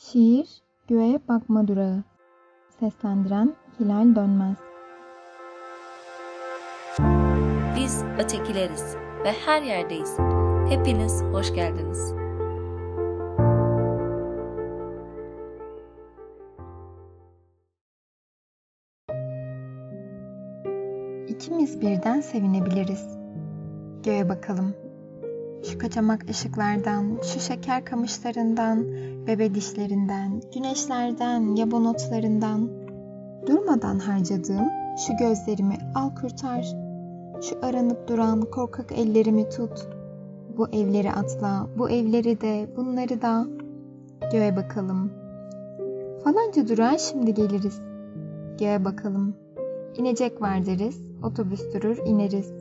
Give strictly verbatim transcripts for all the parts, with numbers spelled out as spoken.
Şiir, Göğe Bakma Durağı. Seslendiren Hilal Dönmez. Biz ötekileriz ve her yerdeyiz. Hepiniz hoş geldiniz. İkimiz birden sevinebiliriz. Göğe bakalım. Şu kaçamak ışıklardan, şu şeker kamışlarından, bebe dişlerinden, güneşlerden, yabon otlarından, durmadan harcadığım şu gözlerimi al kurtar, şu aranıp duran korkak ellerimi tut, bu evleri atla, bu evleri de, bunları da. Göğe bakalım. Falanca durağa şimdi geliriz. Göğe bakalım. İnecek var deriz, otobüs durur ineriz.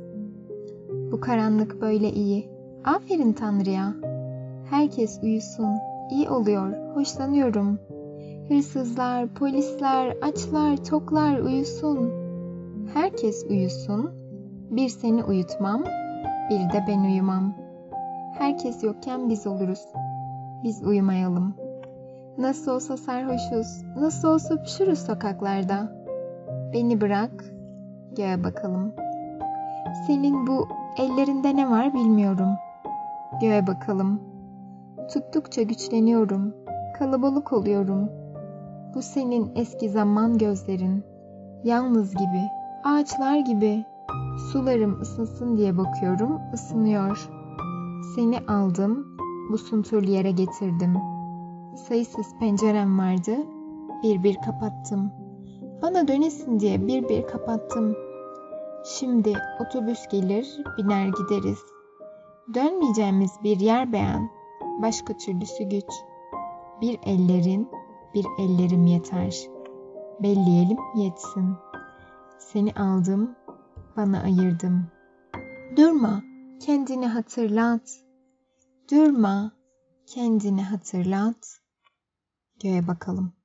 Bu karanlık böyle iyi. Aferin Tanrı'ya. Herkes uyusun. İyi oluyor. Hoşlanıyorum. Hırsızlar, polisler, açlar, toklar uyusun. Herkes uyusun. Bir seni uyutmam, bir de ben uyumam. Herkes yokken biz oluruz. Biz uyumayalım. Nasıl olsa sarhoşuz, nasıl olsa öpüşürüz sokaklarda. Beni bırak, göğe bakalım. Senin bu ellerinde ne var bilmiyorum. Göğe bakalım. Tuttukça güçleniyorum. Kalabalık oluyorum. Bu senin eski zaman gözlerin. Yalnız gibi, ağaçlar gibi. Sularım ısınsın diye bakıyorum, ısınıyor. Seni aldım, bu sunturlu yere getirdim. Sayısız pencerem vardı, bir bir kapattım. Bana dönesin diye bir bir kapattım. Şimdi otobüs gelir, biner gideriz. Dönmeyeceğimiz bir yer beğen, başka türlüsü güç. Bir ellerin, bir ellerim yeter. Belleyelim yetsin. Seni aldım, bana ayırdım. Durma, kendini hatırlat. Durma, kendini hatırlat. Göğe bakalım.